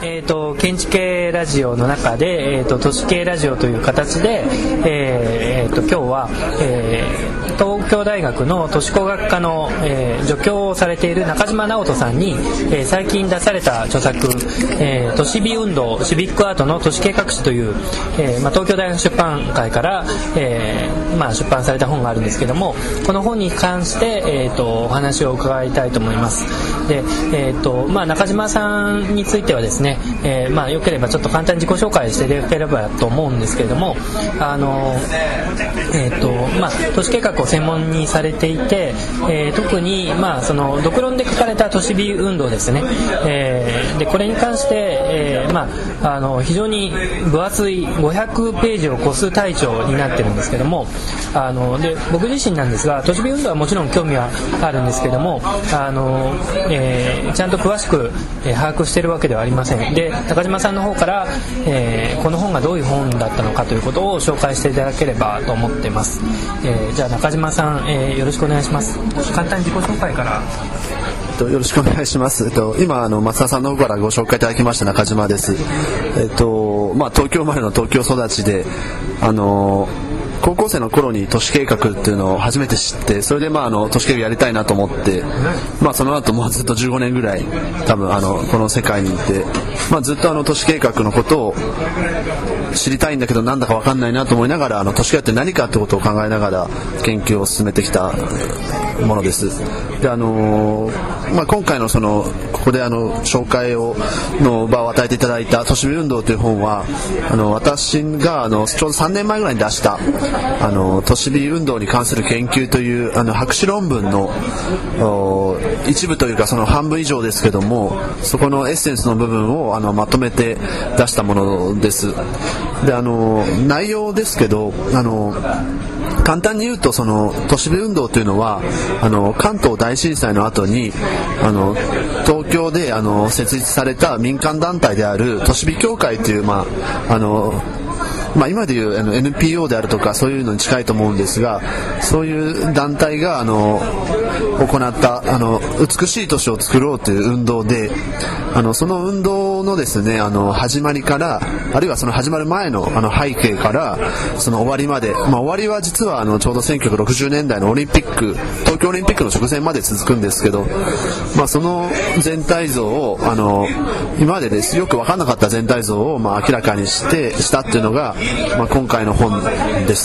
建築系ラジオの中で、都市系ラジオという形で、今日は、東京大学の都市工学科の、助教をされている中島直人さんに、最近出された著作、都市美運動シビックアートの都市計画史という、東京大学出版会から、出版された本があるんですけども、この本に関して、お話を伺いたいと思います。で、中島さんについてはですね、よければちょっと簡単に自己紹介していただければと思うんですけれども、都市計画を専門にされていて、特に、その独論で書かれた都市美運動ですね、でこれに関して、非常に分厚い500ページを超す大著になってるんですけども、で僕自身なんですが、都市美運動はもちろん興味はあるんですけども、ちゃんと詳しく、把握しているわけではありません。で、中島さんの方から、この本がどういう本だったのかということを紹介していただければと思っています。じゃあ中島さん、よろしくお願いします。簡単に自己紹介から。 よろしくお願いします。今松田さんの方からご紹介いただきました中島です。東京生まれの東京育ちで、高校生の頃に都市計画っていうのを初めて知って、それで都市計画やりたいなと思って、その後もうずっと15年ぐらい多分この世界にいて、ずっと都市計画のことを知りたいんだけどなんだか分かんないなと思いながら、都市計画って何かってことを考えながら研究を進めてきたものです。で、今回のここで紹介の場を与えていただいた都市美運動という本は、私がちょうど3年前ぐらいに出した都市美運動に関する研究という博士論文の一部というか、その半分以上ですけども、そこのエッセンスの部分をまとめて出したものです。で、内容ですけど、簡単に言うと、その都市美運動というのは関東大震災の後に東京で設立された民間団体である都市美協会という、今でいう NPO であるとかそういうのに近いと思うんですが、そういう団体が行った美しい都市を作ろうという運動で、その運動のですね始まりから、あるいはその始まる前の背景からその終わりまで、終わりは実はちょうど1960年代のオリンピック、東京オリンピックの直前まで続くんですけど、その全体像を今までですよく分からなかった全体像を明らかにしたっていうのが今回の本です。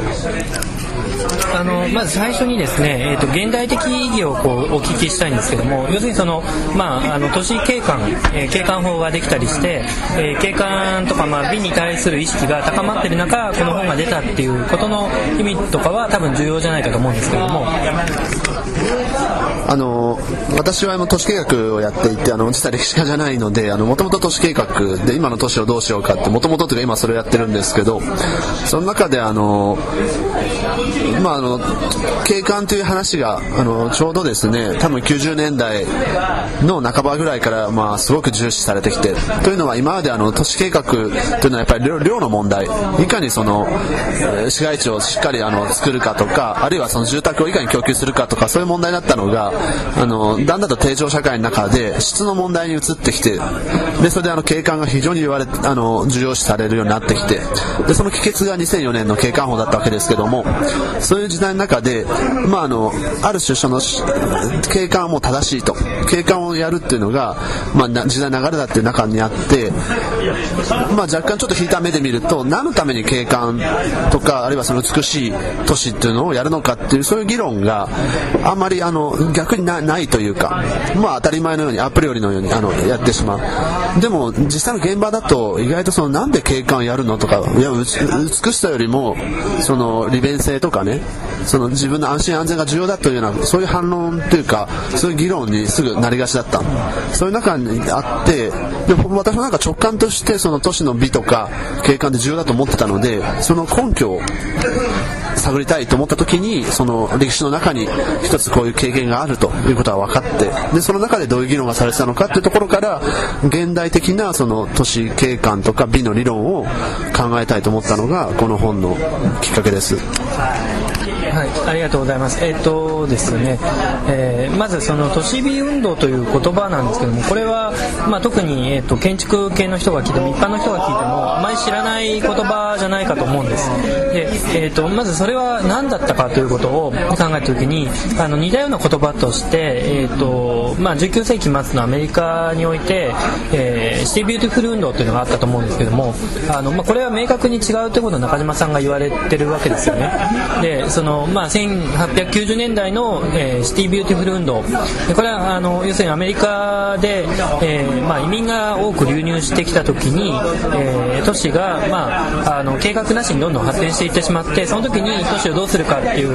まず最初にですね、現代的意義をお聞きしたいんですけども、要するに都市景観法ができたりして、景観とか美に対する意識が高まっている中、この本が出たっていうことの意味とかは多分重要じゃないかと思うんですけども。 私は都市計画をやっていて、実は歴史家じゃないので、もともと都市計画で今の都市をどうしようかって、もともとというか今それをやってるんですけど、その中で景観という話がちょうどですね、多分90年代の半ばぐらいからすごく重視されてきて、というのは今まで都市計画というのはやっぱり量の問題、いかにその市街地をしっかり作るかとか、あるいはその住宅をいかに供給するかとか、そういう問題だったのがだんだんと定常社会の中で質の問題に移ってきて、でそれで景観が非常に重要視されるようになってきて、でその帰結が2004年の景観法だったわけですけども、そういう時代の中で、ある種その景観はもう正しいと、景観をやるっていうのが、時代の流れだっていう中にあって、若干ちょっと引いた目で見ると、何のために景観とか、あるいはその美しい都市っていうのをやるのかっていう、そういう議論があんまり逆にないというか、当たり前のようにアプリよりのようにやってしまう。でも実際の現場だと意外となんで景観をやるのとか、いや美しさよりもその利便性とかね、その自分の安心安全が重要だというような、そういう反論というか、そういう議論にすぐなりがちだった。そういう中にあって、で私は直感としてその都市の美とか景観って重要だと思ってたので、その根拠を探りたいと思った時に、その歴史の中に一つこういう経験があるということが分かって、でその中でどういう議論がされてたのかというところから、現代的なその都市景観とか美の理論を考えたいと思ったのがこの本のきっかけです。 はい、ありがとうございます。ですね、まずその都市美運動という言葉なんですけども、これは、特に、建築系の人が聞いても一般の人が聞いてもあまり知らない言葉じゃないかと思うんです。で、まずそれは何だったかということを考えたときに似たような言葉として、19世紀末のアメリカにおいて、シティビューティフル運動というのがあったと思うんですけども、これは明確に違うということを中島さんが言われてるわけですよね。で、1890年代の、シティビューティフル運動、これは要するにアメリカで、移民が多く流入してきた時に、都市が、計画なしにどんどん発展していってしまって、その時に都市をどうするかっていう、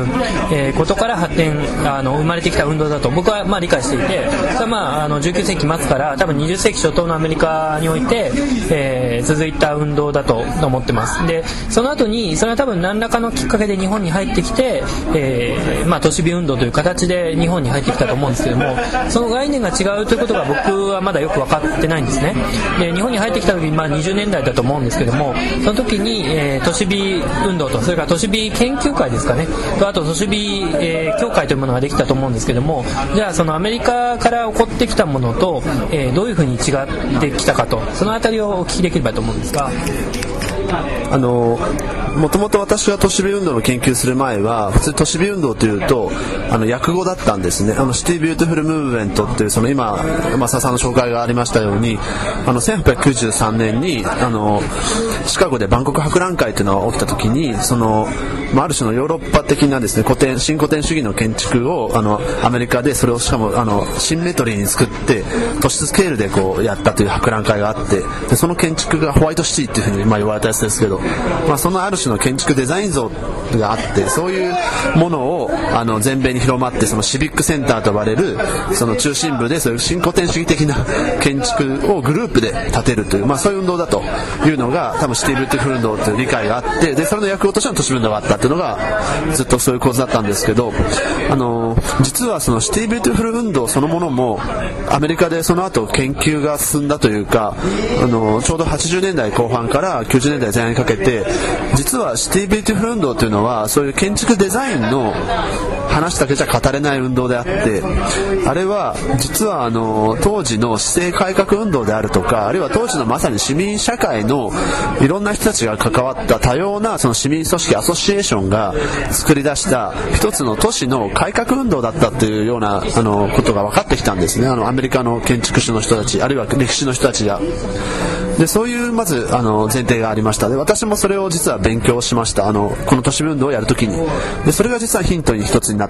ことから生まれてきた運動だと僕は理解していて、それは19世紀末から多分20世紀初頭のアメリカにおいて、続いた運動だと思ってます。で、その後にそれは多分何らかのきっかけで日本に入ってきて、都市美運動という形で日本に入ってきたと思うんですけども、その概念が違うということが僕はまだよく分かってないんですね。で、日本に入ってきた時に20年代だと思うんですけども、その時に、都市美運動と、それから都市美研究会ですかね、とあと都市美、協会というものができたと思うんですけども、じゃあそのアメリカから起こってきたものと、どういうふうに違ってきたかと、そのあたりをお聞きできればと思うんですが。 もともと私が都市美運動の研究する前は普通都市美運動というと訳語だったんですね。シティビューティフルムーブメントっていう今増田さんの紹介がありましたように1893年にシカゴで万国博覧会というのが起きた時にある種のヨーロッパ的なですね新古典主義の建築をアメリカでそれをしかもシンメトリーに作って都市スケールでこうやったという博覧会があって、でその建築がホワイトシティっていうふうに言われたやつですけど、そのある種の建築デザイン像があって、そういうものを全米に広まって、そのシビックセンターと呼ばれるその中心部でそういう新古典主義的な建築をグループで建てるという、そういう運動だというのが多分シティビューティフル運動という理解があって、でそれの訳語としての都市運動があったっていうのがずっとそういう構図だったんですけど、実はそのシティビューティフル運動そのものもアメリカでその後研究が進んだというか、ちょうど80年代後半から90年代前半にかけて、実はシティビューティフル運動というのはそういう建築デザインの話だけじゃ語れない運動であって、あれは実は当時の市政改革運動であるとか、あるいは当時のまさに市民社会のいろんな人たちが関わった多様なその市民組織アソシエーションが作り出した一つの都市の改革運動だったというようなことが分かってきたんですね。アメリカの建築士の人たち、あるいは歴史の人たちが。でそういうまず前提がありました。で私もそれを実は勉強しました。この都市運動をやるときに。でそれが実はヒントに一つになって、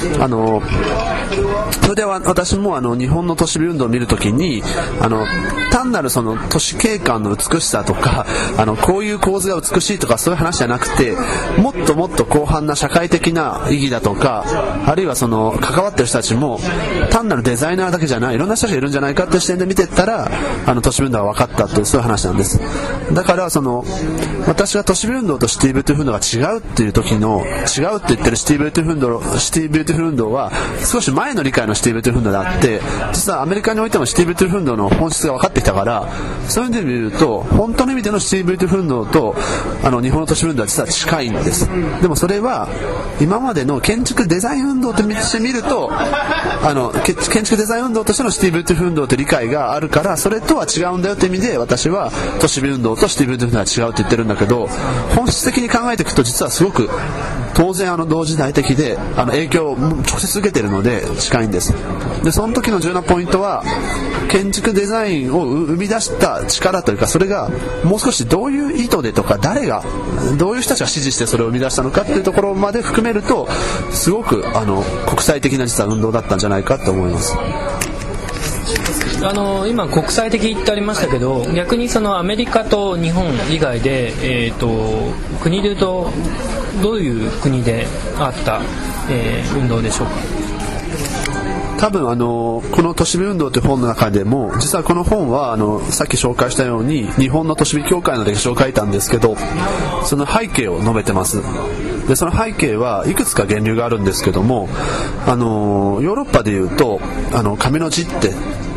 それでは私も日本の都市運動を見るときに単なるその都市景観の美しさとかこういう構図が美しいとかそういう話じゃなくて、もっともっと広範な社会的な意義だとか、あるいはその関わってる人たちも単なるデザイナーだけじゃないいろんな人たちがいるんじゃないかっていう視点で見ていったら都市運動は分かったというそういう話なんです。だから私が都市運動とシティビューティフル運動が違うっていう時の違うって言ってるシティビューティフル運動は少し前の理解のシティビューティフル運動であって、実はアメリカにおいてもシティビューティフル運動の本質が分かってきたから、そういう意味で見ると本当の意味でのシティビューティフル運動と日本の都市運動は実は近いんです。でもそれは今までの建築デザイン運動として見ると建築デザイン運動としてのシティビューティフル運動という理解があるから、それとは違うんだよという意味で私は都市運動とシティビューティフル運動は違うって言ってるんだけど、本質的に考えていくと実はすごく当然同時代的で影響を直接受けているので近いんです。でその時の重要なポイントは建築デザインを生み出した力というか、それがもう少しどういう意図でとか誰がどういう人たちが支持してそれを生み出したのかっていうところまで含めるとすごく国際的な実は運動だったんじゃないかと思います。 今国際的ってありましたけど、逆にアメリカと日本以外で、国でいうとどういう国であった、運動でしょうか。 多分この都市美運動という本の中でも、実はこの本はさっき紹介したように日本の都市美協会の歴史を書いたんですけど、その背景を述べてます。でその背景はいくつか源流があるんですけども、ヨーロッパでいうと紙の字って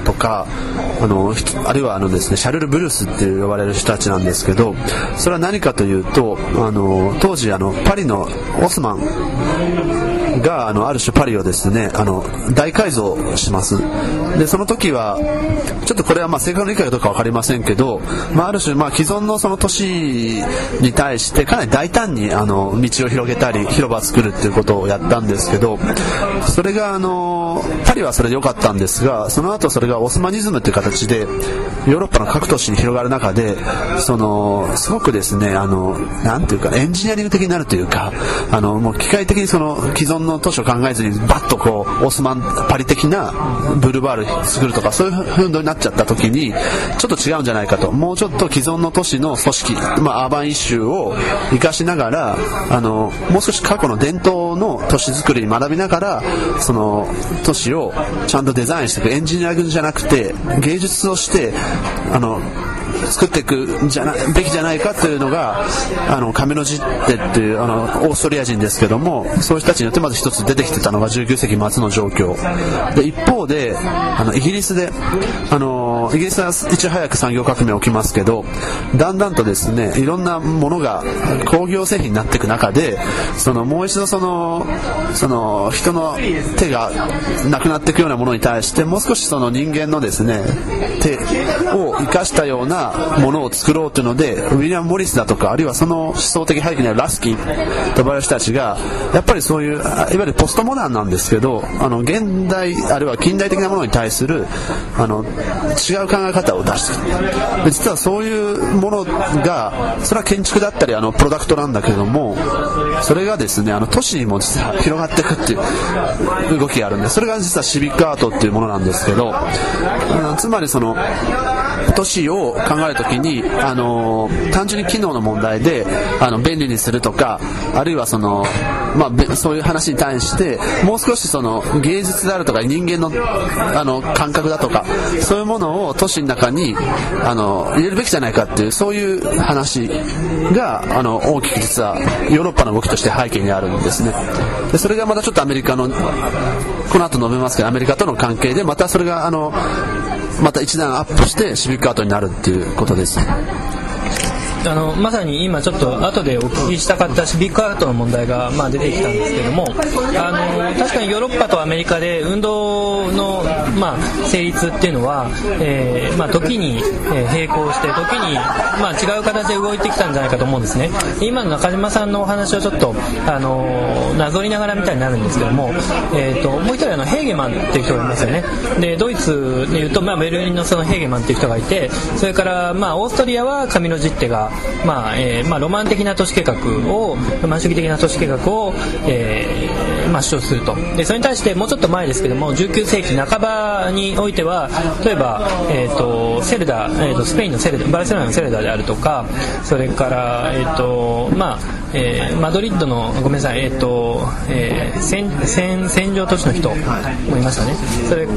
とかあるいはですね、シャルル・ブルースって呼ばれる人たちなんですけど、それは何かというと当時パリのオスマンがある種パリをですね大改造します。でその時はちょっとこれは正確な理解かどうか分かりませんけど、ある種既存のその都市に対してかなり大胆に道を広げたり広場を作るっていうことをやったんですけど、それがパリはそれで良かったんですが、その後それがオスマニズムという形でヨーロッパの各都市に広がる中で、すごくですねなんていうかエンジニアリング的になるというかもう機械的にその既存の都市を考えずにバッとこうオスマンパリ的なブルバール作るとかそういう風になっちゃった時にちょっと違うんじゃないかと、もうちょっと既存の都市の組織、アーバンイシューを生かしながらもう少し過去の伝統の都市作りに学びながらその都市をちゃんとデザインしていく、エンジニアリングじゃなくて芸術として作っていくべきじゃないかというのがカメロジッテっていうオーストリア人ですけども、そういう人たちによってまず一つ出てきてたのが19世紀末の状況で、一方でイギリスでイギリスはいち早く産業革命起きますけど、だんだんとですねいろんなものが工業製品になっていく中でもう一度その人の手がなくなっていくようなものに対してもう少し人間のですね手を生かしたようなものを作ろうというので、ウィリアム・モリスだとかあるいはその思想的背景にあるラスキーと呼ばれる人たちがやっぱりそういういわゆるポストモダンなんですけど現代あるいは近代的なものに対する違う考え方を出している。で実はそういうものがそれは建築だったりプロダクトなんだけども、それがですね都市にも実は広がっていくっていう動きがあるんで、それが実はシビックアートっていうものなんですけど、つまり都市を考えるときに単純に機能の問題で便利にするとか、あるいはそういう話に対してもう少し芸術であるとか人間の感覚だとかそういうものを都市の中に入れるべきじゃないかっていうそういう話が大きく実はヨーロッパの動きとして背景にあるんですね。でそれがまたちょっとアメリカのこの後述べますけどアメリカとの関係でまたそれがまた一段アップしてシビックアートになるっていうことです。 まさに今ちょっと後でお聞きしたかったシビックアートの問題が出てきたんですけども、確かにヨーロッパとアメリカで運動の成立っていうのは、時に並行して時に違う形で動いてきたんじゃないかと思うんですね。今の中島さんのお話をちょっとなぞりながらみたいになるんですけども、もう一人ヘーゲマンっていう人がいますよね。でドイツでいうとベルリンのそのヘーゲマンっていう人がいて、それからオーストリアはカミロジッテがロマン的な都市計画をロマン主義的な都市計画を、主張すると。でそれに対してもうちょっと前ですけども19世紀半ばにおいては例えば、セルダ、スペインのセルダバルセロナのセルダであるとか、それから、マドリッドのごめんなさい、戦場都市の人もいましたね。それ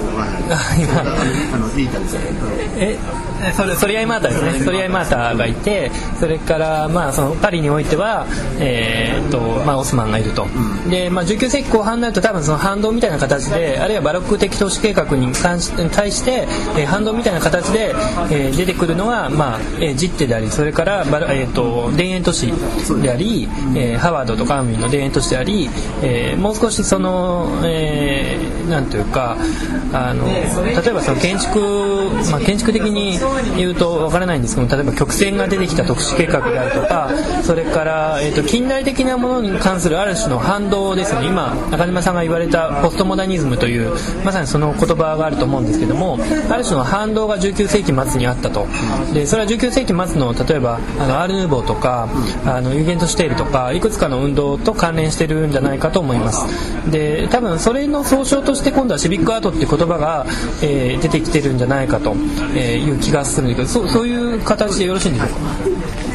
ソリアイマータですね。ソリアイマータがいて、それからそのパリにおいてはオスマンがいると。で19世紀後半になると多分その反動みたいな形で、あるいはバロック的都市計画に対して反動みたいな形で出てくるのがジッテであり、それから田園都市であり、ハワードとかアーミンの田園都市であり、もう少しなんというか例えばその建築的に言うと分からないんですけど、例えば曲線が出てきた特殊計画であるとか、それから、近代的なものに関するある種の反動ですね。今中島さんが言われたポストモダニズムというまさにその言葉があると思うんですけども、ある種の反動が19世紀末にあったと。でそれは19世紀末の例えばアール・ヌーボーとかユーゲントシュテールとかいくつかの運動と関連してるんじゃないかと思います。で多分それの総称として今度はシビックアートっていう言葉が、出てきてるんじゃないかという気がするんだけど、そういう形でよろしいんでしょうか。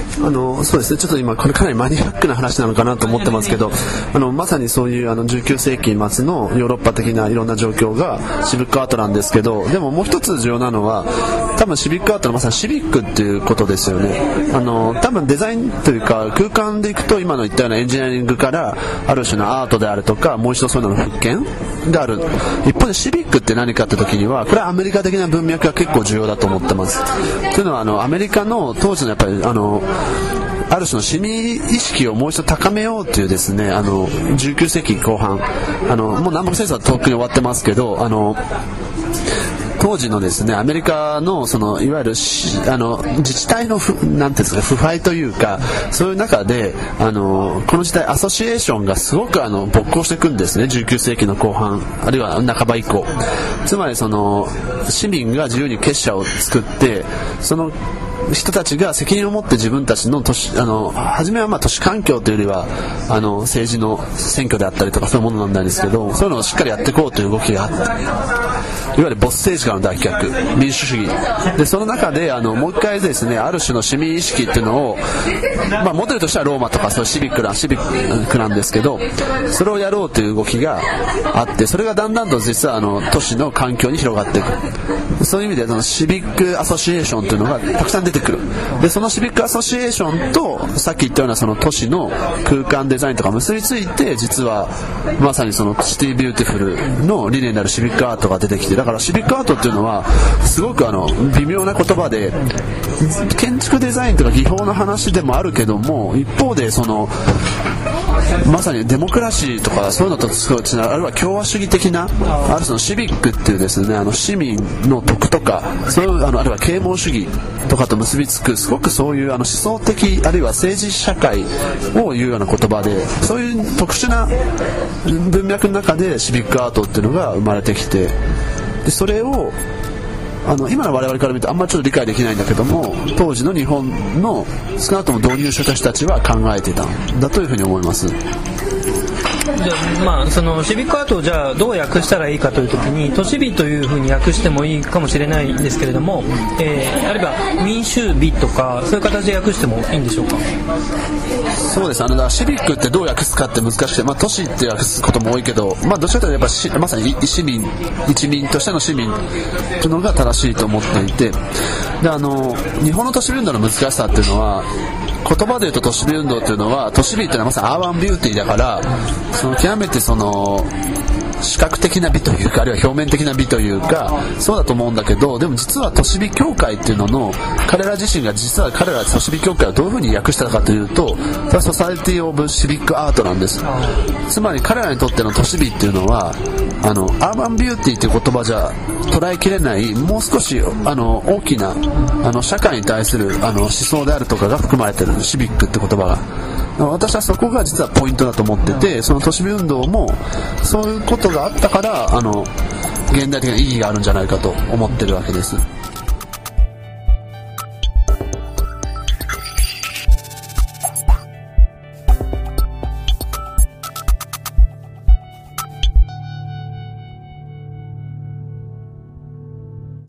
そうですね、ちょっと今これかなりマニアックな話なのかなと思ってますけど、まさにそういう19世紀末のヨーロッパ的ないろんな状況がシビックアートなんですけど、でももう一つ重要なのは多分シビックアートのまさにシビックっていうことですよね。多分デザインというか空間でいくと今の言ったようなエンジニアリングからある種のアートであるとか、もう一度そういうのの復権がある。一方でシビックって何かって時にはこれはアメリカ的な文脈が結構重要だと思ってます。というのはアメリカの当時のやっぱりある種の市民意識をもう一度高めようというですね、19世紀後半、もう南北戦争はとっくに終わってますけど、当時のですねアメリカのいわゆる自治体のなんていうんですか、腐敗というか、そういう中でこの時代アソシエーションがすごく勃興していくんですね。19世紀の後半あるいは半ば以降、つまり市民が自由に結社を作って、その人たちが責任を持って自分たちの初めは都市環境というよりは政治の選挙であったりとかそういうものなんですけど、そういうのをしっかりやっていこうという動きがあって、いわゆるボス政治からの脱却、民主主義で、その中でもう一回ですね、ある種の市民意識っていうのを、モデルとしてはローマとかそういうシビックなんですけど、それをやろうという動きがあって、それがだんだんと実は都市の環境に広がっていく。そういう意味でシビックアソシエーションというのがたくさん出てくる。でそのシビックアソシエーションとさっき言ったような都市の空間デザインとか結びついて、実はまさにシティビューティフルの理念になるシビックアートが出てきて、だからシビックアートっていうのはすごく微妙な言葉で建築デザインとか技法の話でもあるけども、一方でまさにデモクラシーとかそういうのとあるいは共和主義的なある種のシビックっていうですね市民の徳とかそういうあるいは啓蒙主義とかと結びつく、すごくそういう思想的あるいは政治社会を言うような言葉で、そういう特殊な文脈の中でシビックアートっていうのが生まれてきて、でそれを今の我々から見るとあんまりちょっと理解できないんだけども、当時の日本の少なくとも導入者たちは考えていたんだというふうに思います。 じゃあそのシビックアートをじゃあどう訳したらいいかというときに、都市美というふうに訳してもいいかもしれないんですけれども、あるいは民衆美とかそういう形で訳してもいいんでしょうか。 そうです。だからシビックってどう訳すかって難しくて、都市って訳すことも多いけど、どちらかというとやっぱまさに市民としての市民というのが正しいと思っていて、で日本の都市運動の難しさっていうのは、言葉で言うと都市美運動というのは、都市美というのはまさにアーバンビューティーだから、極めて視覚的な美というか、あるいは表面的な美というか、そうだと思うんだけど、でも実は都市美協会っていうのの彼ら自身が実は彼ら都市美協会をどういうふうに訳したかというと、ソサエティ・オブ・シビック・アートなんです。つまり彼らにとっての都市美っていうのはアーバンビューティーという言葉じゃ捉えきれない、もう少し大きな社会に対する思想であるとかが含まれているシビックって言葉が、私はそこが実はポイントだと思ってて、その都市美運動もそういうことがあったから現代的な意義があるんじゃないかと思ってるわけです。